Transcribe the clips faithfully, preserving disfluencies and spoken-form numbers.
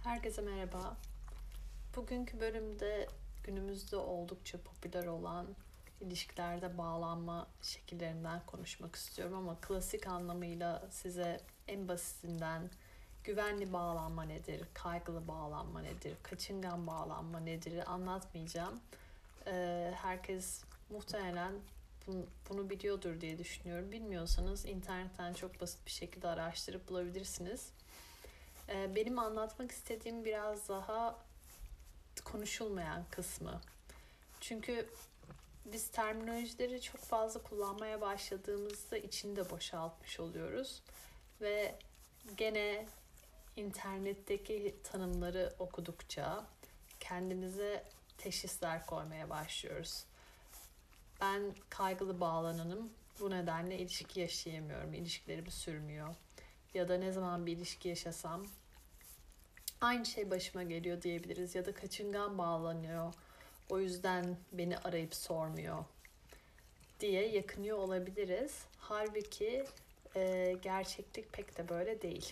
Herkese merhaba. Bugünkü bölümde günümüzde oldukça popüler olan ilişkilerde bağlanma şekillerinden konuşmak istiyorum ama klasik anlamıyla size en basitinden güvenli bağlanma nedir, kaygılı bağlanma nedir, kaçıngan bağlanma nedir anlatmayacağım. Ee, herkes muhtemelen bunu, bunu biliyordur diye düşünüyorum. Bilmiyorsanız internetten çok basit bir şekilde araştırıp bulabilirsiniz. Benim anlatmak istediğim biraz daha konuşulmayan kısmı. Çünkü biz terminolojileri çok fazla kullanmaya başladığımızda içini de boşaltmış oluyoruz. Ve gene internetteki tanımları okudukça kendimize teşhisler koymaya başlıyoruz. Ben kaygılı bağlananım, bu nedenle ilişki yaşayamıyorum, ilişkilerim sürmüyor. Ya da ne zaman bir ilişki yaşasam aynı şey başıma geliyor diyebiliriz. Ya da kaçıngan bağlanıyor, o yüzden beni arayıp sormuyor diye yakınıyor olabiliriz. Halbuki e, gerçeklik pek de böyle değil.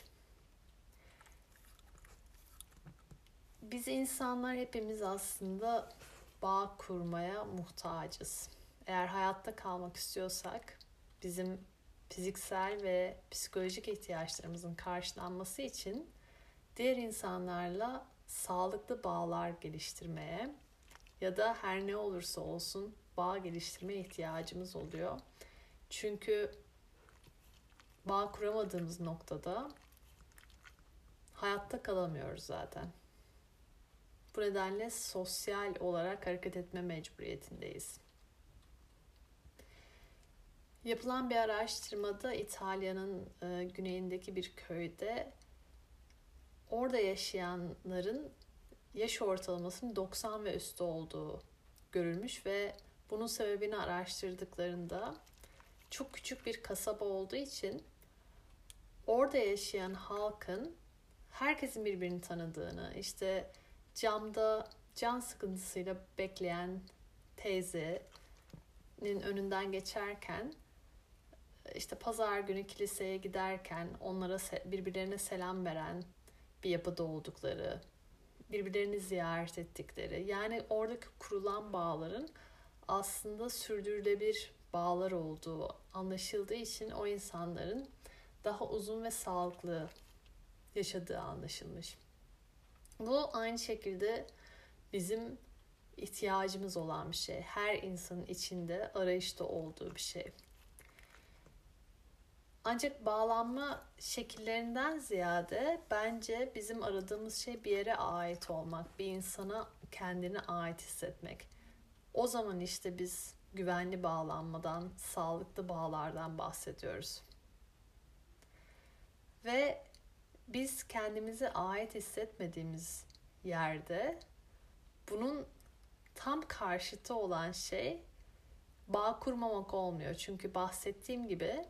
Biz insanlar hepimiz aslında bağ kurmaya muhtacız. Eğer hayatta kalmak istiyorsak bizim fiziksel ve psikolojik ihtiyaçlarımızın karşılanması için diğer insanlarla sağlıklı bağlar geliştirmeye ya da her ne olursa olsun bağ geliştirmeye ihtiyacımız oluyor. Çünkü bağ kuramadığımız noktada hayatta kalamıyoruz zaten. Bu nedenle sosyal olarak hareket etme mecburiyetindeyiz. Yapılan bir araştırmada İtalya'nın e, güneyindeki bir köyde orada yaşayanların yaş ortalamasının doksan ve üstü olduğu görülmüş ve bunun sebebini araştırdıklarında çok küçük bir kasaba olduğu için orada yaşayan halkın herkesin birbirini tanıdığını, işte camda can sıkıntısıyla bekleyen teyzenin önünden geçerken, işte pazar günü kiliseye giderken onlara birbirlerine selam veren bir yapıda oldukları, birbirlerini ziyaret ettikleri, yani oradaki kurulan bağların aslında sürdürülebilir bağlar olduğu anlaşıldığı için o insanların daha uzun ve sağlıklı yaşadığı anlaşılmış. Bu aynı şekilde bizim ihtiyacımız olan bir şey. Her insanın içinde arayışta olduğu bir şey. Ancak bağlanma şekillerinden ziyade bence bizim aradığımız şey bir yere ait olmak, bir insana kendine ait hissetmek. O zaman işte biz güvenli bağlanmadan, sağlıklı bağlardan bahsediyoruz. Ve biz kendimize ait hissetmediğimiz yerde bunun tam karşıtı olan şey bağ kurmamak olmuyor. Çünkü bahsettiğim gibi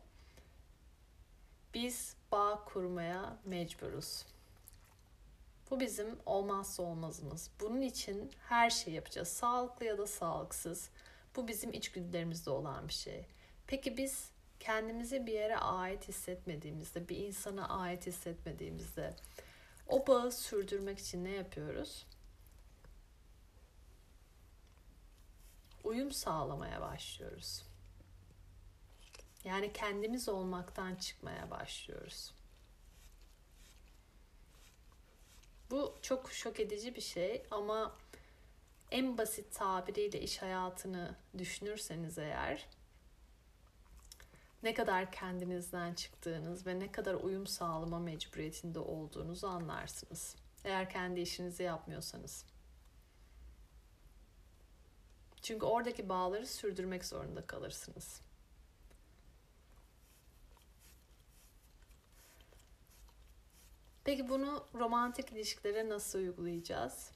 biz bağ kurmaya mecburuz. Bu bizim olmazsa olmazımız. Bunun için her şeyi yapacağız. Sağlıklı ya da sağlıksız. Bu bizim içgüdülerimizde olan bir şey. Peki biz kendimizi bir yere ait hissetmediğimizde, bir insana ait hissetmediğimizde o bağı sürdürmek için ne yapıyoruz? Uyum sağlamaya başlıyoruz. Yani kendimiz olmaktan çıkmaya başlıyoruz. Bu çok şok edici bir şey ama en basit tabiriyle iş hayatını düşünürseniz eğer, ne kadar kendinizden çıktığınız ve ne kadar uyum sağlama mecburiyetinde olduğunuzu anlarsınız. Eğer kendi işinizi yapmıyorsanız. Çünkü oradaki bağları sürdürmek zorunda kalırsınız. Peki bunu romantik ilişkilere nasıl uygulayacağız?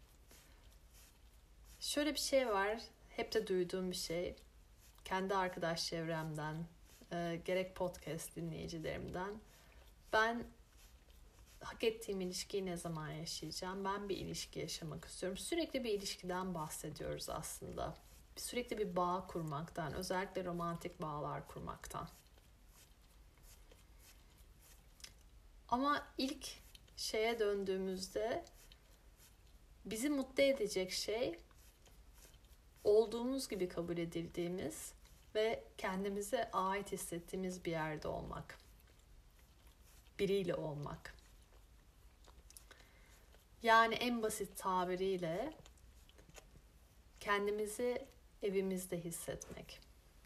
Şöyle bir şey var, hep de duyduğum bir şey. Kendi arkadaş çevremden, e, gerek podcast dinleyicilerimden. Ben hak ettiğim ilişkiyi ne zaman yaşayacağım? Ben bir ilişki yaşamak istiyorum. Sürekli bir ilişkiden bahsediyoruz aslında. Sürekli bir bağ kurmaktan, özellikle romantik bağlar kurmaktan. Ama ilk şeye döndüğümüzde bizi mutlu edecek şey olduğumuz gibi kabul edildiğimiz ve kendimize ait hissettiğimiz bir yerde olmak. Biriyle olmak. Yani en basit tabiriyle kendimizi evimizde hissetmek.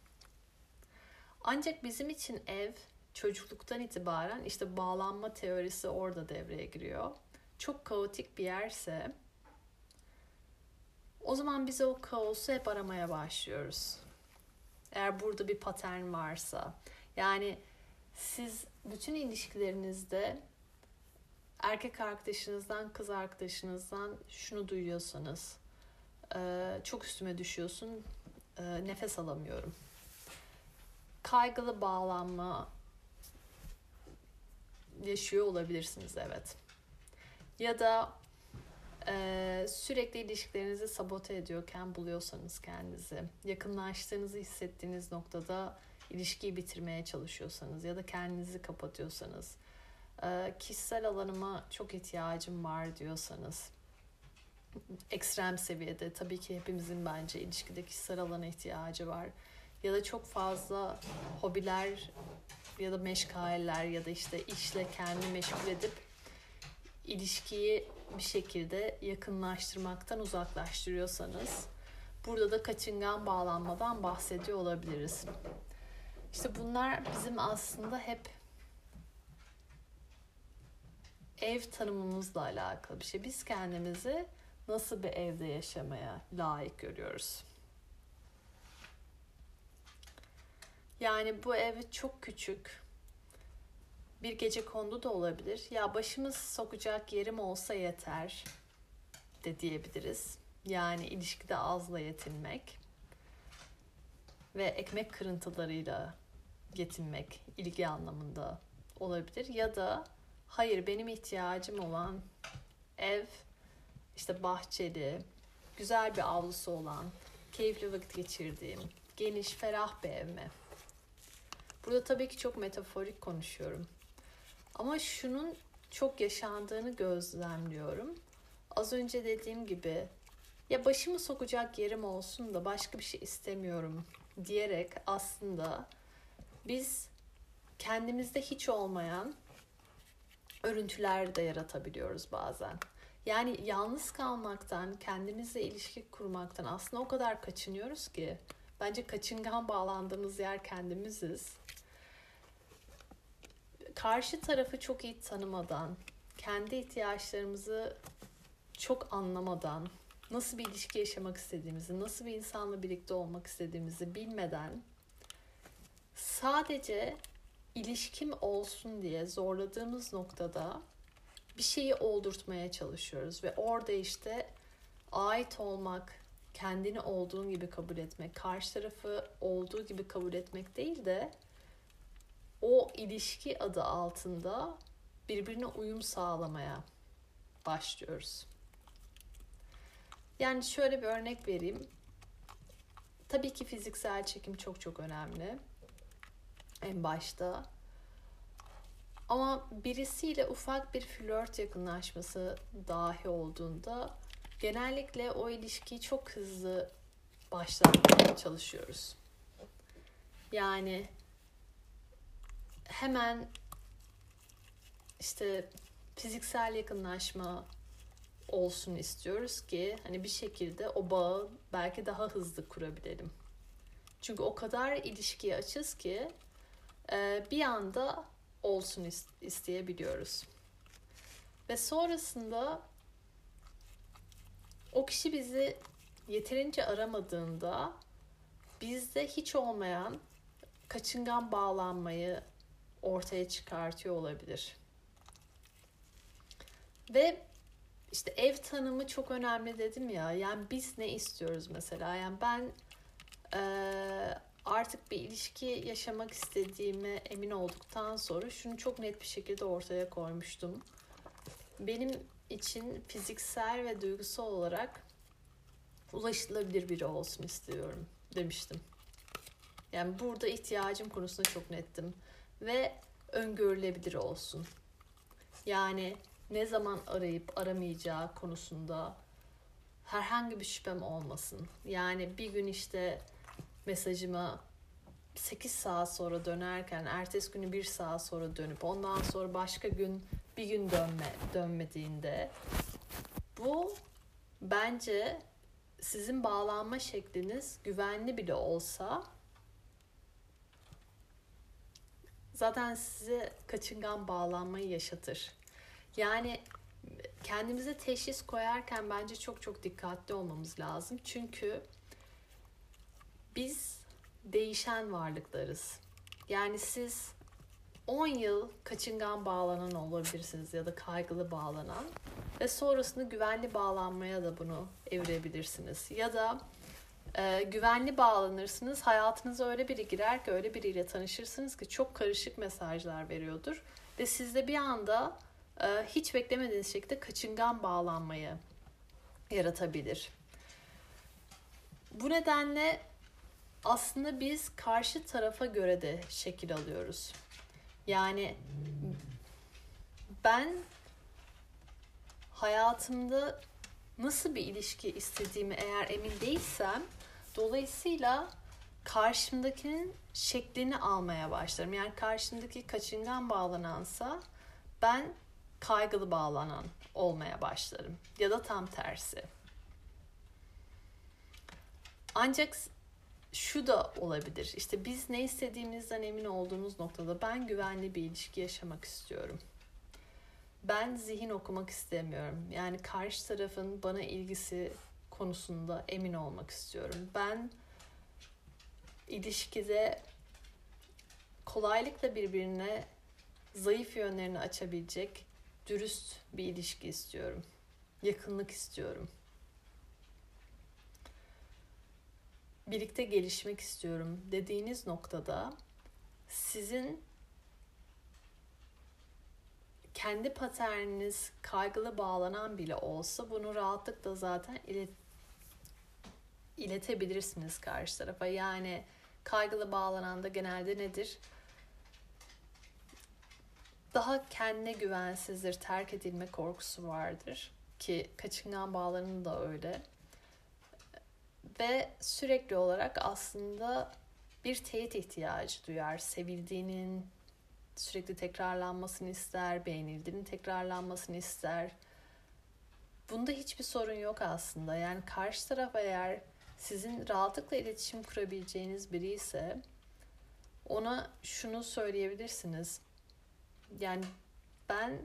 Ancak bizim için ev çocukluktan itibaren işte bağlanma teorisi orada devreye giriyor. Çok kaotik bir yerse o zaman biz o kaosu hep aramaya başlıyoruz. Eğer burada bir patern varsa. Yani siz bütün ilişkilerinizde erkek arkadaşınızdan, kız arkadaşınızdan şunu duyuyorsanız, çok üstüme düşüyorsun, nefes alamıyorum. Kaygılı bağlanma yaşıyor olabilirsiniz, evet. Ya da e, sürekli ilişkilerinizi sabote ediyorken buluyorsanız kendinizi, yakınlaştığınızı hissettiğiniz noktada ilişkiyi bitirmeye çalışıyorsanız ya da kendinizi kapatıyorsanız, e, kişisel alanıma çok ihtiyacım var diyorsanız, ekstrem seviyede tabii ki hepimizin bence ilişkide kişisel alana ihtiyacı var. Ya da çok fazla hobiler ya da meşgaleler ya da işte işle kendini meşgul edip ilişkiyi bir şekilde yakınlaştırmaktan uzaklaştırıyorsanız burada da kaçıngan bağlanmadan bahsediyor olabiliriz. İşte bunlar bizim aslında hep ev tanımımızla alakalı bir şey. Biz kendimizi nasıl bir evde yaşamaya layık görüyoruz? Yani bu ev çok küçük. Bir gecekondu da olabilir. Ya başımız sokacak yerim olsa yeter de diyebiliriz. Yani ilişkide azla yetinmek ve ekmek kırıntılarıyla yetinmek ilgi anlamında olabilir. Ya da hayır, benim ihtiyacım olan ev işte bahçeli, güzel bir avlusu olan, keyifli vakit geçirdiğim, geniş, ferah bir ev mi? Burada tabii ki çok metaforik konuşuyorum. Ama şunun çok yaşandığını gözlemliyorum. Az önce dediğim gibi ya başımı sokacak yerim olsun da başka bir şey istemiyorum diyerek aslında biz kendimizde hiç olmayan örüntüler de yaratabiliyoruz bazen. Yani yalnız kalmaktan, kendimizle ilişki kurmaktan aslında o kadar kaçınıyoruz ki bence kaçıngan bağlandığımız yer kendimiziz. Karşı tarafı çok iyi tanımadan, kendi ihtiyaçlarımızı çok anlamadan, nasıl bir ilişki yaşamak istediğimizi, nasıl bir insanla birlikte olmak istediğimizi bilmeden sadece ilişkim olsun diye zorladığımız noktada bir şeyi oldurtmaya çalışıyoruz ve orada işte ait olmak, kendini olduğun gibi kabul etmek, karşı tarafı olduğu gibi kabul etmek değil de o ilişki adı altında birbirine uyum sağlamaya başlıyoruz. Yani şöyle bir örnek vereyim. Tabii ki fiziksel çekim çok çok önemli en başta. Ama birisiyle ufak bir flört yakınlaşması dahi olduğunda genellikle o ilişkiyi çok hızlı başlatmaya çalışıyoruz. Yani hemen işte fiziksel yakınlaşma olsun istiyoruz ki hani bir şekilde o bağı belki daha hızlı kurabilelim. Çünkü o kadar ilişkiye açız ki bir anda olsun isteyebiliyoruz. Ve sonrasında o kişi bizi yeterince aramadığında bizde hiç olmayan kaçıngan bağlanmayı ortaya çıkartıyor olabilir. Ve işte ev tanımı çok önemli dedim ya. Yani biz ne istiyoruz mesela? Yani ben e, artık bir ilişki yaşamak istediğime emin olduktan sonra şunu çok net bir şekilde ortaya koymuştum. Benim için fiziksel ve duygusal olarak ulaşılabilir biri olsun istiyorum demiştim. Yani burada ihtiyacım konusunda çok nettim. Ve öngörülebilir olsun. Yani ne zaman arayıp aramayacağı konusunda herhangi bir şüphem olmasın. Yani bir gün işte mesajıma sekiz saat sonra dönerken ertesi günü bir saat sonra dönüp ondan sonra başka gün bir gün dönme dönmediğinde, bu bence sizin bağlanma şekliniz güvenli bile olsa zaten size kaçıngan bağlanmayı yaşatır. Yani kendimize teşhis koyarken bence çok çok dikkatli olmamız lazım. Çünkü biz değişen varlıklarız. Yani siz on yıl kaçıngan bağlanan olabilirsiniz ya da kaygılı bağlanan ve sonrasında güvenli bağlanmaya da bunu evirebilirsiniz. Ya da e, güvenli bağlanırsınız, hayatınıza öyle biri girer ki, öyle biriyle tanışırsınız ki çok karışık mesajlar veriyordur ve sizde bir anda e, hiç beklemediğiniz şekilde kaçıngan bağlanmayı yaratabilir. Bu nedenle aslında biz karşı tarafa göre de şekil alıyoruz. Yani ben hayatımda nasıl bir ilişki istediğimi eğer emin değilsem, dolayısıyla karşımdakinin şeklini almaya başlarım. Yani karşımdaki kaçıngan bağlanansa ben kaygılı bağlanan olmaya başlarım. Ya da tam tersi. Ancak şu da olabilir. İşte biz ne istediğimizden emin olduğumuz noktada ben güvenli bir ilişki yaşamak istiyorum. Ben zihin okumak istemiyorum. Yani karşı tarafın bana ilgisi konusunda emin olmak istiyorum. Ben ilişkide kolaylıkla birbirine zayıf yönlerini açabilecek dürüst bir ilişki istiyorum. Yakınlık istiyorum. Birlikte gelişmek istiyorum dediğiniz noktada sizin kendi paterniniz kaygılı bağlanan bile olsa bunu rahatlıkla zaten ilet- iletebilirsiniz karşı tarafa. Yani kaygılı bağlanan da genelde nedir? Daha kendine güvensizdir, terk edilme korkusu vardır ki kaçıngan bağlanın da öyle. Ve sürekli olarak aslında bir teyit ihtiyacı duyar. Sevildiğinin sürekli tekrarlanmasını ister, beğenildiğinin tekrarlanmasını ister. Bunda hiçbir sorun yok aslında. Yani karşı taraf eğer sizin rahatlıkla iletişim kurabileceğiniz biri ise ona şunu söyleyebilirsiniz. Yani ben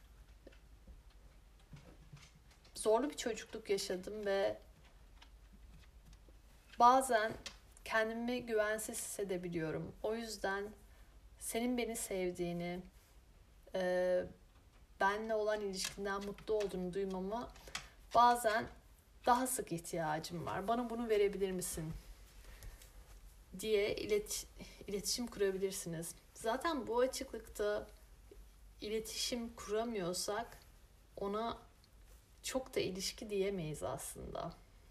zorlu bir çocukluk yaşadım ve bazen kendimi güvensiz hissedebiliyorum. O yüzden senin beni sevdiğini, e, benle olan ilişkinden mutlu olduğunu duymama bazen daha sık ihtiyacım var. Bana bunu verebilir misin? Diye ilet- iletişim kurabilirsiniz. Zaten bu açıklıkta iletişim kuramıyorsak ona çok da ilişki diyemeyiz aslında.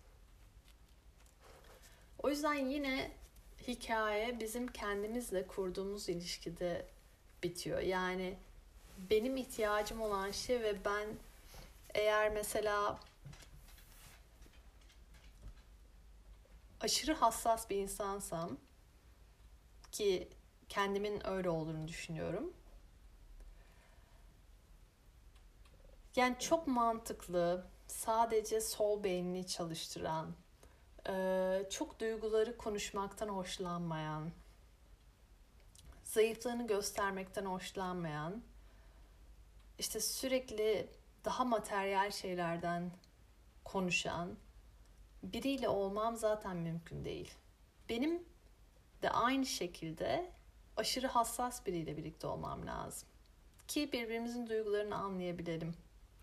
O yüzden yine hikaye bizim kendimizle kurduğumuz ilişkide bitiyor. Yani benim ihtiyacım olan şey ve ben eğer mesela aşırı hassas bir insansam, ki kendimin öyle olduğunu düşünüyorum. Yani çok mantıklı, sadece sol beynini çalıştıran, çok duyguları konuşmaktan hoşlanmayan, zayıflığını göstermekten hoşlanmayan, işte sürekli daha materyal şeylerden konuşan biriyle olmam zaten mümkün değil. Benim de aynı şekilde aşırı hassas biriyle birlikte olmam lazım ki birbirimizin duygularını anlayabilelim.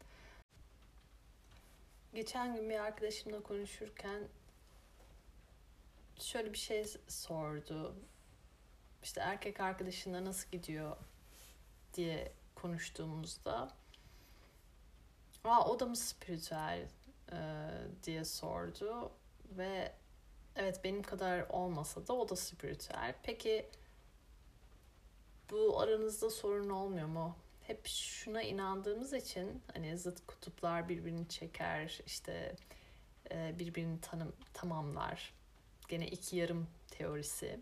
Geçen gün bir arkadaşımla konuşurken şöyle bir şey sordu. İşte erkek arkadaşınla nasıl gidiyor diye konuştuğumuzda, Aa, o da mı spiritüel e, diye sordu ve evet, benim kadar olmasa da o da spiritüel. Peki bu aranızda sorun olmuyor mu? hep şuna inandığımız için hani zıt kutuplar birbirini çeker, işte birbirini tanım, tamamlar. Gene iki yarım teorisi.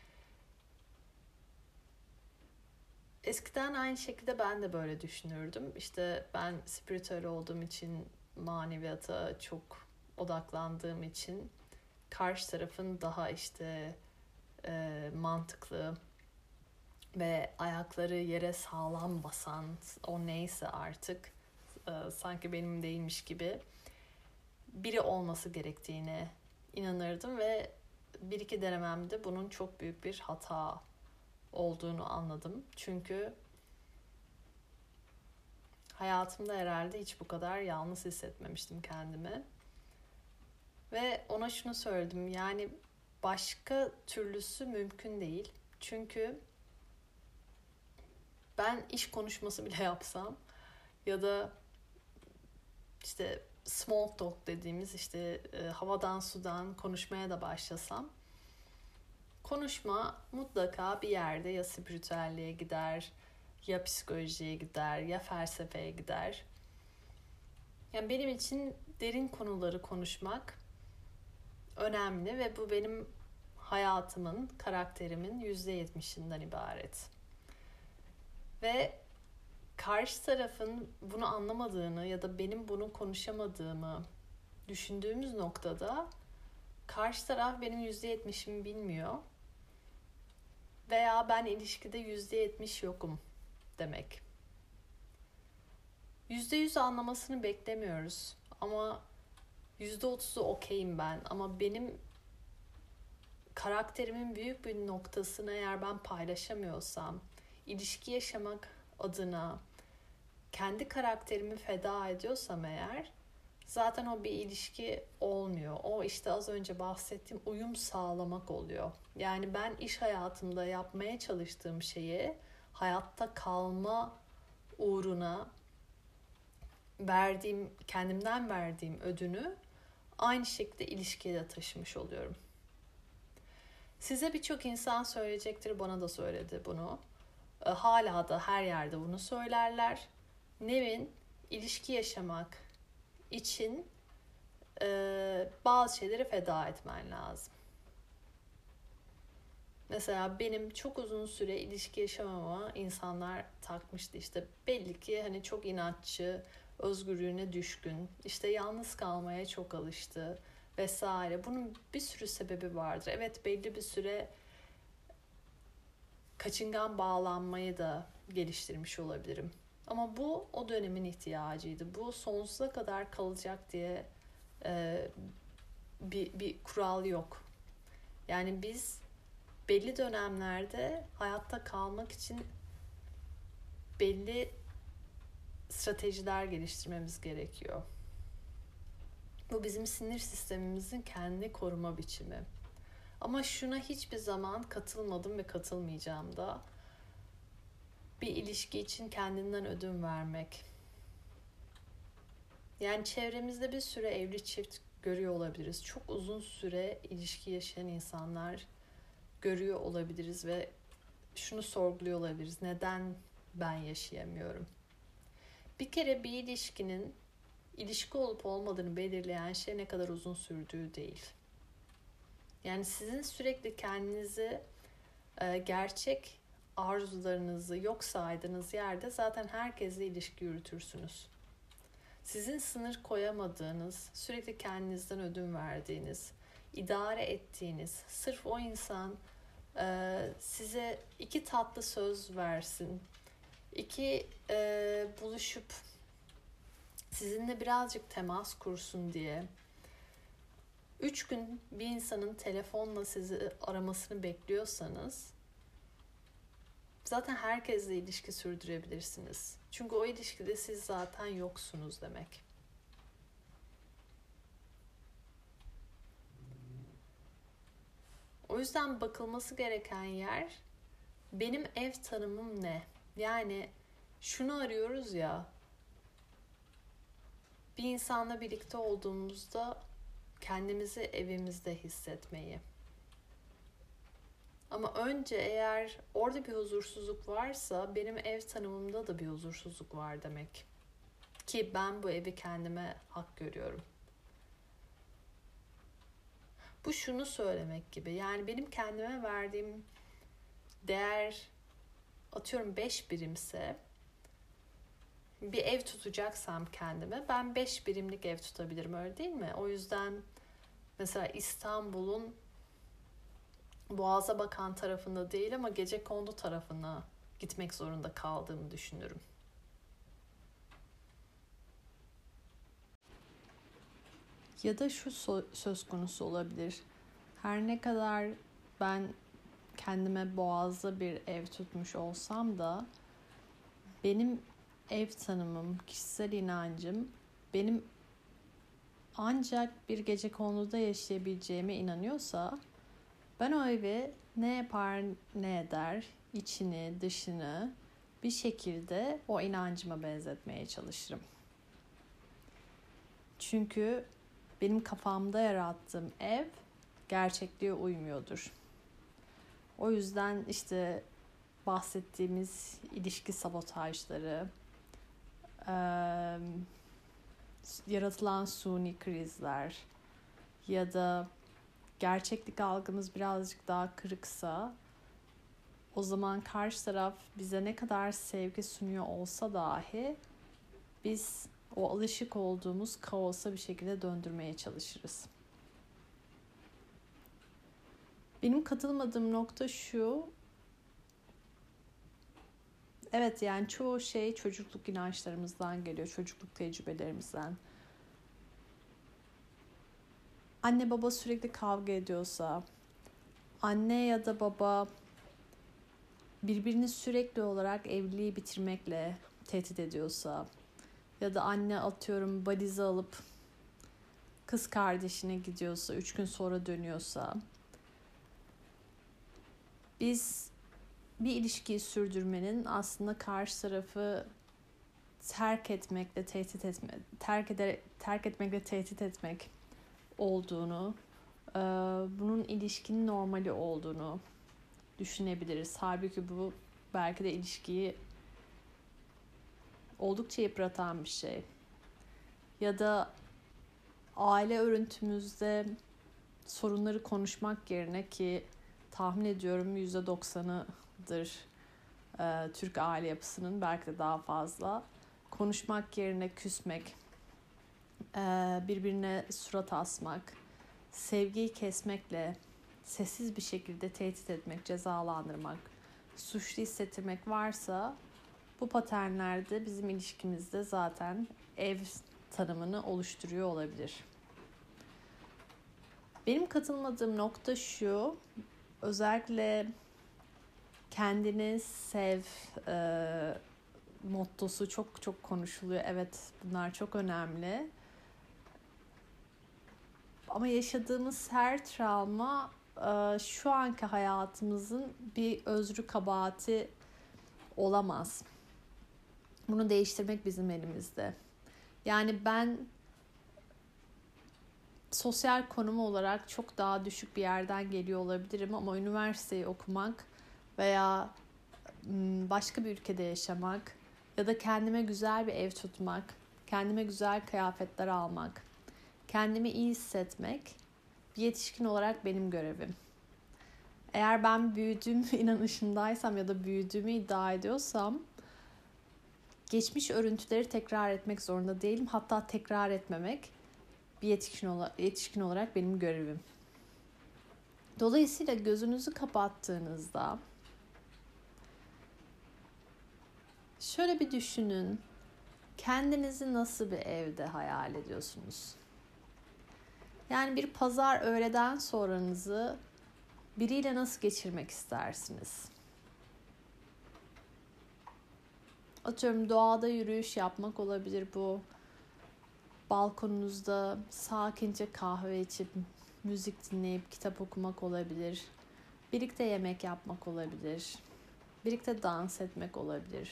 Eskiden aynı şekilde ben de böyle düşünürdüm. İşte ben spiritüel olduğum için, maneviyata çok odaklandığım için karşı tarafın daha işte e, mantıklı ve ayakları yere sağlam basan, o neyse artık e, sanki benim değilmiş gibi biri olması gerektiğine inanırdım ve bir iki denememde bunun çok büyük bir hata olduğunu anladım. Çünkü hayatımda herhalde hiç bu kadar yalnız hissetmemiştim kendimi. Ve ona şunu söyledim, yani başka türlüsü mümkün değil. Çünkü ben iş konuşması bile yapsam ya da işte small talk dediğimiz işte e, havadan sudan konuşmaya da başlasam, konuşma mutlaka bir yerde ya spiritüelliğe gider, ya psikolojiye gider, ya felsefeye gider. Yani benim için derin konuları konuşmak önemli ve bu benim hayatımın, karakterimin yüzde yetmişinden ibaret. Ve karşı tarafın bunu anlamadığını ya da benim bunu konuşamadığımı düşündüğümüz noktada karşı taraf benim yüzde yetmişimi bilmiyor veya ben ilişkide yüzde yetmiş yokum demek. Yüzde yüz anlamasını beklemiyoruz ama yüzde otuzu okeyim ben, ama benim karakterimin büyük bir noktasını eğer ben paylaşamıyorsam, ilişki yaşamak adına kendi karakterimi feda ediyorsam eğer, zaten o bir ilişki olmuyor. O işte az önce bahsettiğim uyum sağlamak oluyor. Yani ben iş hayatımda yapmaya çalıştığım şeyi hayatta kalma uğruna verdiğim, kendimden verdiğim ödünü aynı şekilde ilişkiye de taşımış oluyorum. Size birçok insan söyleyecektir, bana da söyledi bunu. Hala da her yerde bunu söylerler. Nevin, ilişki yaşamak için e, bazı şeyleri feda etmen lazım. Mesela benim çok uzun süre ilişki yaşamama insanlar takmıştı. İşte belli ki hani çok inatçı, özgürlüğüne düşkün, işte yalnız kalmaya çok alıştı vesaire. Bunun bir sürü sebebi vardır. Evet, belli bir süre kaçıngan bağlanmayı da geliştirmiş olabilirim. Ama bu o dönemin ihtiyacıydı. Bu sonsuza kadar kalacak diye e, bir, bir kural yok. Yani biz belli dönemlerde hayatta kalmak için belli stratejiler geliştirmemiz gerekiyor. Bu bizim sinir sistemimizin kendi koruma biçimi. Ama şuna hiçbir zaman katılmadım ve katılmayacağım da. Bir ilişki için kendinden ödün vermek. Yani çevremizde bir süre evli çift görüyor olabiliriz. Çok uzun süre ilişki yaşayan insanlar görüyor olabiliriz ve şunu sorguluyor olabiliriz. Neden ben yaşayamıyorum? Bir kere bir ilişkinin ilişki olup olmadığını belirleyen şey ne kadar uzun sürdüğü değil. Yani sizin sürekli kendinizi e, gerçek arzularınızı yok saydığınız yerde zaten herkesle ilişki yürütürsünüz. Sizin sınır koyamadığınız, sürekli kendinizden ödün verdiğiniz, idare ettiğiniz, sırf o insan e, size iki tatlı söz versin, iki e, buluşup sizinle birazcık temas kursun diye üç gün bir insanın telefonla sizi aramasını bekliyorsanız zaten herkesle ilişki sürdürebilirsiniz. Çünkü o ilişkide siz zaten yoksunuz demek. O yüzden bakılması gereken yer, benim ev tanımım ne? Yani şunu arıyoruz ya, bir insanla birlikte olduğumuzda kendimizi evimizde hissetmeyi. Ama önce eğer orada bir huzursuzluk varsa benim ev tanımımda da bir huzursuzluk var demek. Ki ben bu evi kendime hak görüyorum. Bu şunu söylemek gibi. Yani benim kendime verdiğim değer atıyorum beş birimse, bir ev tutacaksam kendime ben beş birimlik ev tutabilirim, öyle değil mi? O yüzden mesela İstanbul'un Boğaz'a bakan tarafında değil ama Gecekondu tarafına gitmek zorunda kaldığımı düşünürüm. Ya da şu söz konusu olabilir. Her ne kadar ben kendime Boğaz'da bir ev tutmuş olsam da benim ev tanımım, kişisel inancım benim ancak bir Gecekondu'da yaşayabileceğime inanıyorsa ben o evi ne yapar ne eder, içini dışını bir şekilde o inancıma benzetmeye çalışırım. Çünkü benim kafamda yarattığım ev gerçekliğe uymuyordur. O yüzden işte bahsettiğimiz ilişki sabotajları, e, yaratılan suni krizler ya da gerçeklik algımız birazcık daha kırıksa, o zaman karşı taraf bize ne kadar sevgi sunuyor olsa dahi biz o alışık olduğumuz kaosa bir şekilde döndürmeye çalışırız. Benim katılmadığım nokta şu. Evet, yani çoğu şey çocukluk inançlarımızdan geliyor, çocukluk tecrübelerimizden. Anne baba sürekli kavga ediyorsa, anne ya da baba birbirini sürekli olarak evliliği bitirmekle tehdit ediyorsa ya da anne atıyorum valizi alıp kız kardeşine gidiyorsa, üç gün sonra dönüyorsa, biz bir ilişkiyi sürdürmenin aslında karşı tarafı terk etmekle tehdit etme, terk eder, terk etmekle tehdit etmek olduğunu, bunun ilişkinin normali olduğunu düşünebiliriz. Halbuki bu belki de ilişkiyi oldukça yıpratan bir şey. Ya da aile örüntümüzde sorunları konuşmak yerine, ki tahmin ediyorum yüzde doksanıdır e, Türk aile yapısının, belki de daha fazla, konuşmak yerine küsmek, e, birbirine surat asmak, sevgiyi kesmekle sessiz bir şekilde tehdit etmek, cezalandırmak, suçlu hissettirmek varsa, bu paternlerde bizim ilişkimizde zaten ev tanımını oluşturuyor olabilir. Benim katılmadığım nokta şu, özellikle kendini sev e, mottosu çok çok konuşuluyor. Evet, bunlar çok önemli. Ama yaşadığımız her travma e, şu anki hayatımızın bir özrü kabahati olamaz. Bunu değiştirmek bizim elimizde. Yani ben sosyal konumu olarak çok daha düşük bir yerden geliyor olabilirim ama üniversiteyi okumak veya başka bir ülkede yaşamak ya da kendime güzel bir ev tutmak, kendime güzel kıyafetler almak, kendimi iyi hissetmek bir yetişkin olarak benim görevim. Eğer ben büyüdüğüm inanışındaysam ya da büyüdüğümü iddia ediyorsam, geçmiş örüntüleri tekrar etmek zorunda değilim. Hatta tekrar etmemek bir yetişkin, ola- yetişkin olarak benim görevim. Dolayısıyla gözünüzü kapattığınızda şöyle bir düşünün. Kendinizi nasıl bir evde hayal ediyorsunuz? Yani bir pazar öğleden sonranızı biriyle nasıl geçirmek istersiniz? Atıyorum doğada yürüyüş yapmak olabilir bu. Balkonunuzda sakince kahve içip, müzik dinleyip, kitap okumak olabilir. Birlikte yemek yapmak olabilir. Birlikte dans etmek olabilir.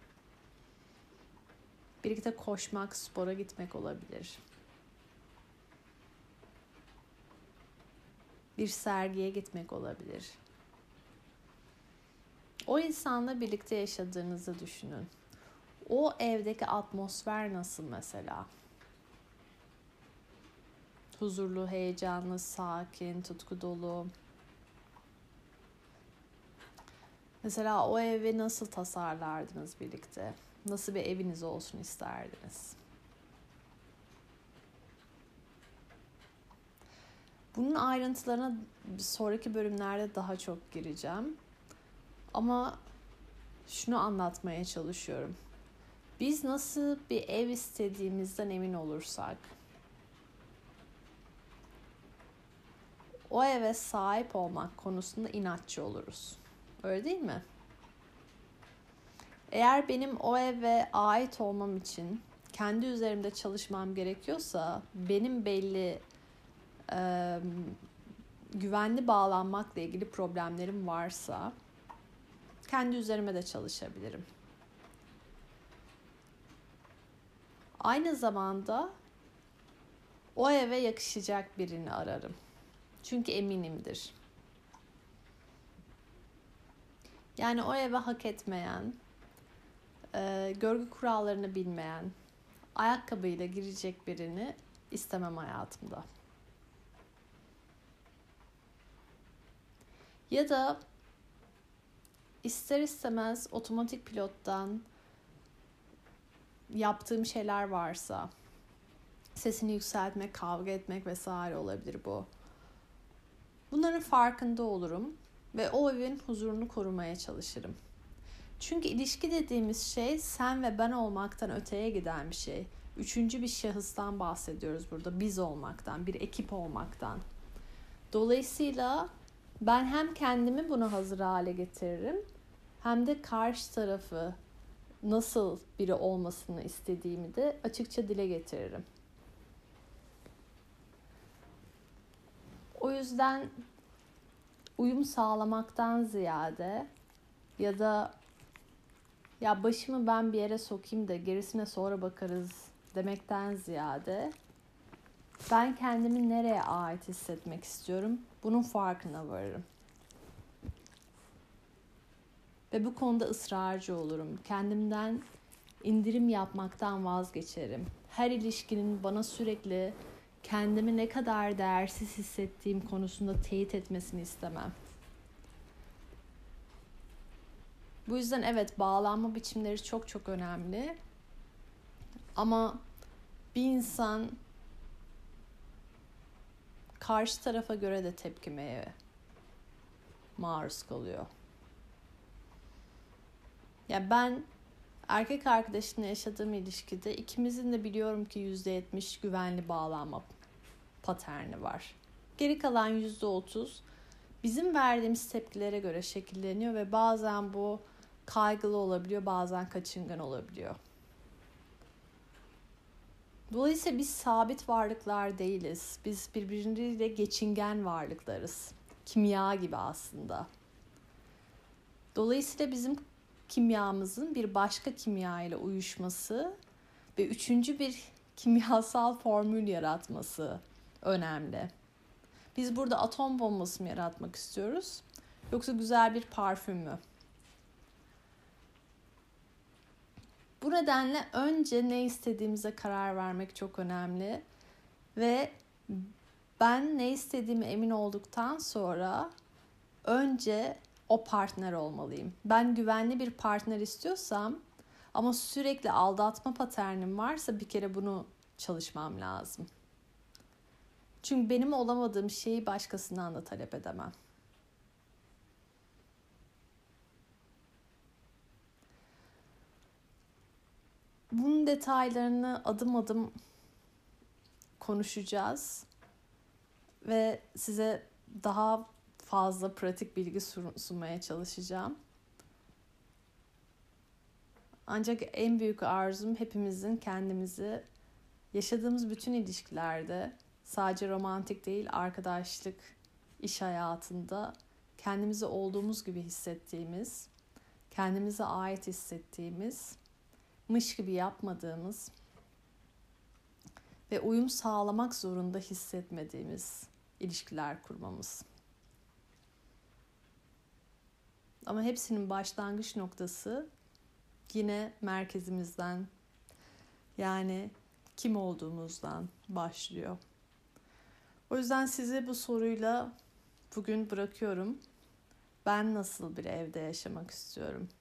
Birlikte koşmak, spora gitmek olabilir. Bir sergiye gitmek olabilir. O insanla birlikte yaşadığınızı düşünün. O evdeki atmosfer nasıl mesela? Huzurlu, heyecanlı, sakin, tutku dolu. Mesela o evi nasıl tasarlardınız birlikte? Nasıl bir eviniz olsun isterdiniz? Bunun ayrıntılarına sonraki bölümlerde daha çok gireceğim. Ama şunu anlatmaya çalışıyorum. Biz nasıl bir ev istediğimizden emin olursak, o eve sahip olmak konusunda inatçı oluruz. Öyle değil mi? Eğer benim o eve ait olmam için kendi üzerimde çalışmam gerekiyorsa, benim belli e, güvenli bağlanmakla ilgili problemlerim varsa, kendi üzerime de çalışabilirim. Aynı zamanda o eve yakışacak birini ararım. Çünkü eminimdir. Yani o eve hak etmeyen, e, görgü kurallarını bilmeyen, ayakkabıyla girecek birini istemem hayatımda. Ya da ister istemez otomatik pilottan yaptığım şeyler varsa, sesini yükseltmek, kavga etmek vesaire olabilir bu. Bunların farkında olurum ve o evin huzurunu korumaya çalışırım. Çünkü ilişki dediğimiz şey sen ve ben olmaktan öteye giden bir şey. Üçüncü bir şahıstan bahsediyoruz burada. Biz olmaktan, bir ekip olmaktan. Dolayısıyla ben hem kendimi buna hazır hale getiririm, hem de karşı tarafı nasıl biri olmasını istediğimi de açıkça dile getiririm. O yüzden uyum sağlamaktan ziyade ya da ya başımı ben bir yere sokayım da gerisine sonra bakarız demekten ziyade ben kendimi nereye ait hissetmek istiyorum, bunun farkına varırım. Ve bu konuda ısrarcı olurum. Kendimden indirim yapmaktan vazgeçerim. Her ilişkinin bana sürekli kendimi ne kadar değersiz hissettiğim konusunda teyit etmesini istemem. Bu yüzden evet, bağlanma biçimleri çok çok önemli. Ama bir insan karşı tarafa göre de tepkimeye maruz kalıyor. Ya ben erkek arkadaşımla yaşadığım ilişkide ikimizin de biliyorum ki yüzde yetmiş güvenli bağlanma paterni var. Geri kalan yüzde otuz bizim verdiğimiz tepkilere göre şekilleniyor ve bazen bu kaygılı olabiliyor, bazen kaçıngan olabiliyor. Dolayısıyla biz sabit varlıklar değiliz. Biz birbirleriyle geçingen varlıklarız. Kimya gibi aslında. Dolayısıyla bizim kimyamızın bir başka kimya ile uyuşması ve üçüncü bir kimyasal formül yaratması önemli. Biz burada atom bombası mı yaratmak istiyoruz, yoksa güzel bir parfüm mü? Bu nedenle önce ne istediğimize karar vermek çok önemli ve ben ne istediğime emin olduktan sonra önce o partner olmalıyım. Ben güvenli bir partner istiyorsam ama sürekli aldatma paternim varsa bir kere bunu çalışmam lazım. Çünkü benim olamadığım şeyi başkasından da talep edemem. Bunun detaylarını adım adım konuşacağız ve size daha fazla pratik bilgi sunmaya çalışacağım. Ancak en büyük arzum hepimizin kendimizi yaşadığımız bütün ilişkilerde, sadece romantik değil, arkadaşlık, iş hayatında kendimizi olduğumuz gibi hissettiğimiz, kendimize ait hissettiğimiz, mış gibi yapmadığımız ve uyum sağlamak zorunda hissetmediğimiz ilişkiler kurmamız. Ama hepsinin başlangıç noktası yine merkezimizden, yani kim olduğumuzdan başlıyor. O yüzden size bu soruyla bugün bırakıyorum. Ben nasıl bir evde yaşamak istiyorum?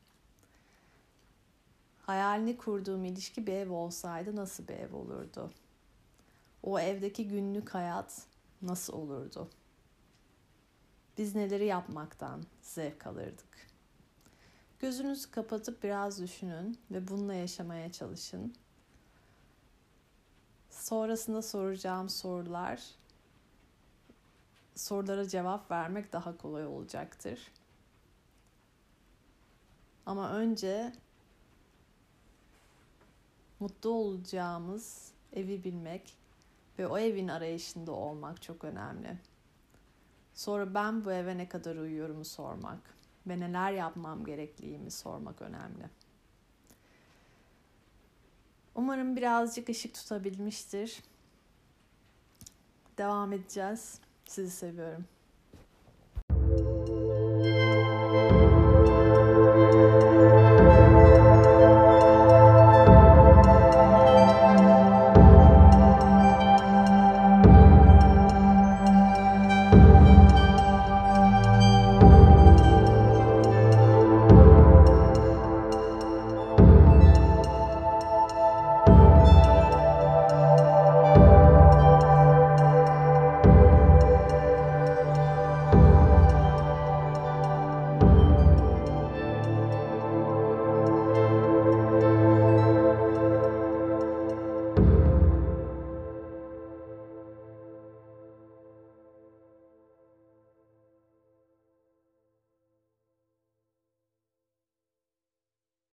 Hayalini kurduğum ilişki bir ev olsaydı nasıl bir ev olurdu? O evdeki günlük hayat nasıl olurdu? Biz neleri yapmaktan zevk alırdık? Gözünüzü kapatıp biraz düşünün ve bununla yaşamaya çalışın. Sonrasında soracağım sorular, sorulara cevap vermek daha kolay olacaktır. Ama önce mutlu olacağımız evi bilmek ve o evin arayışında olmak çok önemli. Sonra ben bu eve ne kadar uyuyorumu sormak ve neler yapmam gerektiğimi sormak önemli. Umarım birazcık ışık tutabilmiştir. Devam edeceğiz. Sizi seviyorum.